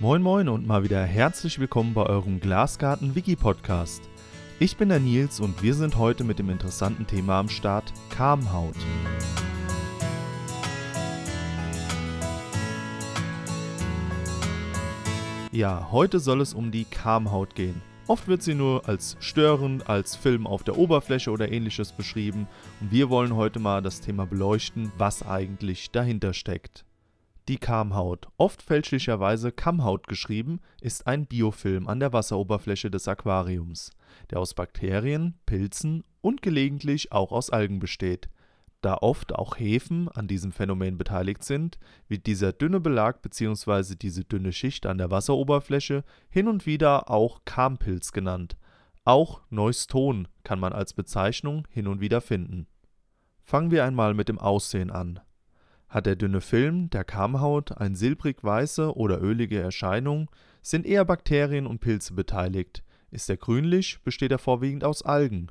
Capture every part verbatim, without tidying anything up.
Moin moin und mal wieder herzlich willkommen bei eurem Glasgarten-Wiki-Podcast. Ich bin der Nils und wir sind heute mit dem interessanten Thema am Start: Kamhaut. Ja, heute soll es um die Kamhaut gehen. Oft wird sie nur als störend, als Film auf der Oberfläche oder ähnliches beschrieben und wir wollen heute mal das Thema beleuchten, was eigentlich dahinter steckt. Die Kamhaut, oft fälschlicherweise Kammhaut geschrieben, ist ein Biofilm an der Wasseroberfläche des Aquariums, der aus Bakterien, Pilzen und gelegentlich auch aus Algen besteht. Da oft auch Hefen an diesem Phänomen beteiligt sind, wird dieser dünne Belag bzw. diese dünne Schicht an der Wasseroberfläche hin und wieder auch Kampilz genannt. Auch Neuston kann man als Bezeichnung hin und wieder finden. Fangen wir einmal mit dem Aussehen an. Hat der dünne Film der Kamhaut eine silbrig-weiße oder ölige Erscheinung, sind eher Bakterien und Pilze beteiligt. Ist er grünlich, besteht er vorwiegend aus Algen.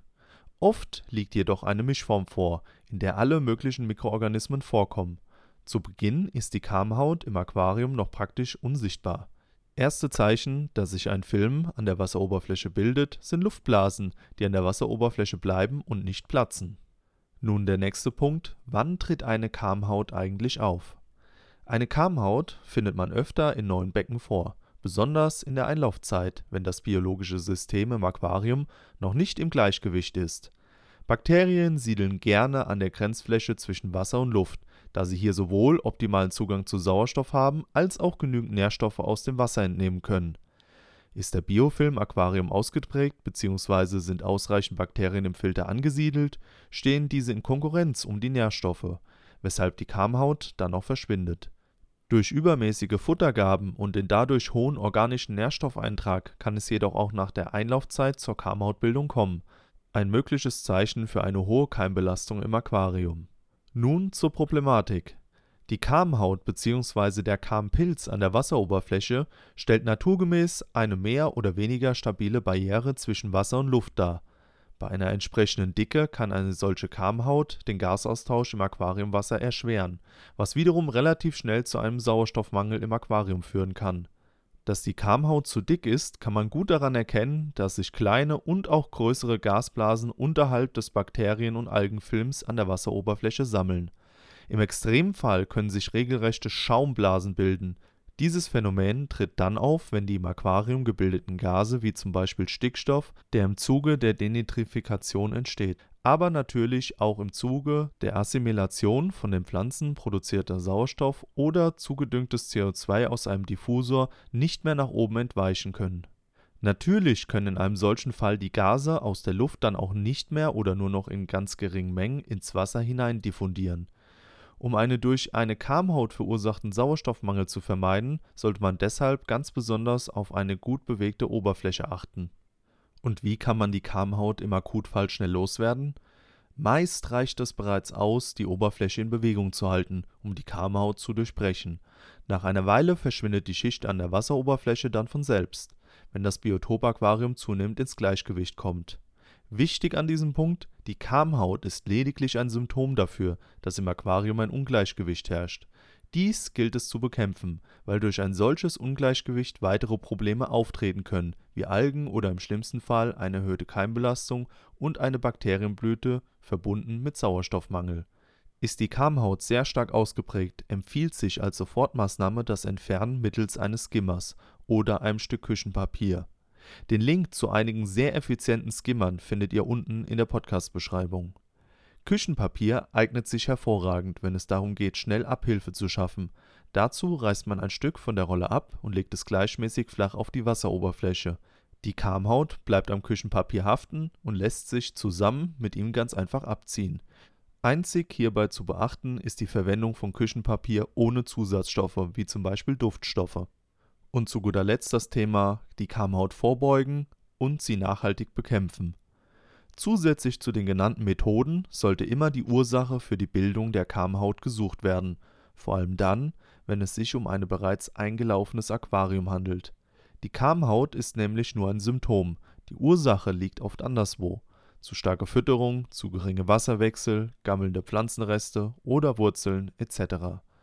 Oft liegt jedoch eine Mischform vor, in der alle möglichen Mikroorganismen vorkommen. Zu Beginn ist die Kamhaut im Aquarium noch praktisch unsichtbar. Erste Zeichen, dass sich ein Film an der Wasseroberfläche bildet, sind Luftblasen, die an der Wasseroberfläche bleiben und nicht platzen. Nun der nächste Punkt: Wann tritt eine Kamhaut eigentlich auf? Eine Kamhaut findet man öfter in neuen Becken vor, besonders in der Einlaufzeit, wenn das biologische System im Aquarium noch nicht im Gleichgewicht ist. Bakterien siedeln gerne an der Grenzfläche zwischen Wasser und Luft, da sie hier sowohl optimalen Zugang zu Sauerstoff haben, als auch genügend Nährstoffe aus dem Wasser entnehmen können. Ist der Biofilm im Aquarium ausgeprägt bzw. sind ausreichend Bakterien im Filter angesiedelt, stehen diese in Konkurrenz um die Nährstoffe, weshalb die Kamhaut dann auch verschwindet. Durch übermäßige Futtergaben und den dadurch hohen organischen Nährstoffeintrag kann es jedoch auch nach der Einlaufzeit zur Kamhautbildung kommen, ein mögliches Zeichen für eine hohe Keimbelastung im Aquarium. Nun zur Problematik. Die Kamhaut bzw. der Kampilz an der Wasseroberfläche stellt naturgemäß eine mehr oder weniger stabile Barriere zwischen Wasser und Luft dar. Bei einer entsprechenden Dicke kann eine solche Kamhaut den Gasaustausch im Aquariumwasser erschweren, was wiederum relativ schnell zu einem Sauerstoffmangel im Aquarium führen kann. Dass die Kamhaut zu dick ist, kann man gut daran erkennen, dass sich kleine und auch größere Gasblasen unterhalb des Bakterien- und Algenfilms an der Wasseroberfläche sammeln. Im Extremfall können sich regelrechte Schaumblasen bilden. Dieses Phänomen tritt dann auf, wenn die im Aquarium gebildeten Gase wie zum Beispiel Stickstoff, der im Zuge der Denitrifikation entsteht, aber natürlich auch im Zuge der Assimilation von den Pflanzen produzierter Sauerstoff oder zugedüngtes C O zwei aus einem Diffusor nicht mehr nach oben entweichen können. Natürlich können in einem solchen Fall die Gase aus der Luft dann auch nicht mehr oder nur noch in ganz geringen Mengen ins Wasser hinein diffundieren. Um einen durch eine Kamhaut verursachten Sauerstoffmangel zu vermeiden, sollte man deshalb ganz besonders auf eine gut bewegte Oberfläche achten. Und wie kann man die Kamhaut im Akutfall schnell loswerden? Meist reicht es bereits aus, die Oberfläche in Bewegung zu halten, um die Kamhaut zu durchbrechen. Nach einer Weile verschwindet die Schicht an der Wasseroberfläche dann von selbst, wenn das Biotop-Aquarium zunehmend ins Gleichgewicht kommt. Wichtig an diesem Punkt: Die Kamhaut ist lediglich ein Symptom dafür, dass im Aquarium ein Ungleichgewicht herrscht. Dies gilt es zu bekämpfen, weil durch ein solches Ungleichgewicht weitere Probleme auftreten können, wie Algen oder im schlimmsten Fall eine erhöhte Keimbelastung und eine Bakterienblüte, verbunden mit Sauerstoffmangel. Ist die Kamhaut sehr stark ausgeprägt, empfiehlt sich als Sofortmaßnahme das Entfernen mittels eines Skimmers oder einem Stück Küchenpapier. Den Link zu einigen sehr effizienten Skimmern findet ihr unten in der Podcast-Beschreibung. Küchenpapier eignet sich hervorragend, wenn es darum geht, schnell Abhilfe zu schaffen. Dazu reißt man ein Stück von der Rolle ab und legt es gleichmäßig flach auf die Wasseroberfläche. Die Kamhaut bleibt am Küchenpapier haften und lässt sich zusammen mit ihm ganz einfach abziehen. Einzig hierbei zu beachten ist die Verwendung von Küchenpapier ohne Zusatzstoffe, wie zum Beispiel Duftstoffe. Und zu guter Letzt das Thema: die Kamhaut vorbeugen und sie nachhaltig bekämpfen. Zusätzlich zu den genannten Methoden sollte immer die Ursache für die Bildung der Kamhaut gesucht werden, vor allem dann, wenn es sich um ein bereits eingelaufenes Aquarium handelt. Die Kamhaut ist nämlich nur ein Symptom, die Ursache liegt oft anderswo: zu starke Fütterung, zu geringe Wasserwechsel, gammelnde Pflanzenreste oder Wurzeln et cetera.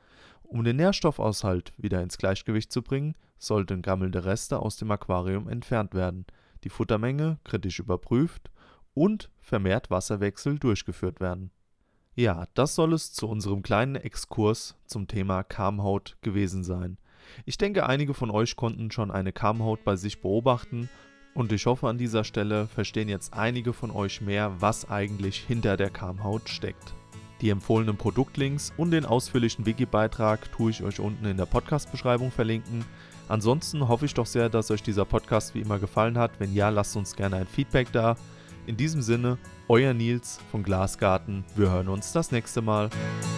Um den Nährstoffaushalt wieder ins Gleichgewicht zu bringen, sollten gammelnde Reste aus dem Aquarium entfernt werden, die Futtermenge kritisch überprüft und vermehrt Wasserwechsel durchgeführt werden. Ja, das soll es zu unserem kleinen Exkurs zum Thema Kamhaut gewesen sein. Ich denke, einige von euch konnten schon eine Kamhaut bei sich beobachten und ich hoffe, an dieser Stelle verstehen jetzt einige von euch mehr, was eigentlich hinter der Kamhaut steckt. Die empfohlenen Produktlinks und den ausführlichen Wiki-Beitrag tue ich euch unten in der Podcast-Beschreibung verlinken. Ansonsten hoffe ich doch sehr, dass euch dieser Podcast wie immer gefallen hat. Wenn ja, lasst uns gerne ein Feedback da. In diesem Sinne, euer Nils von Glasgarten. Wir hören uns das nächste Mal.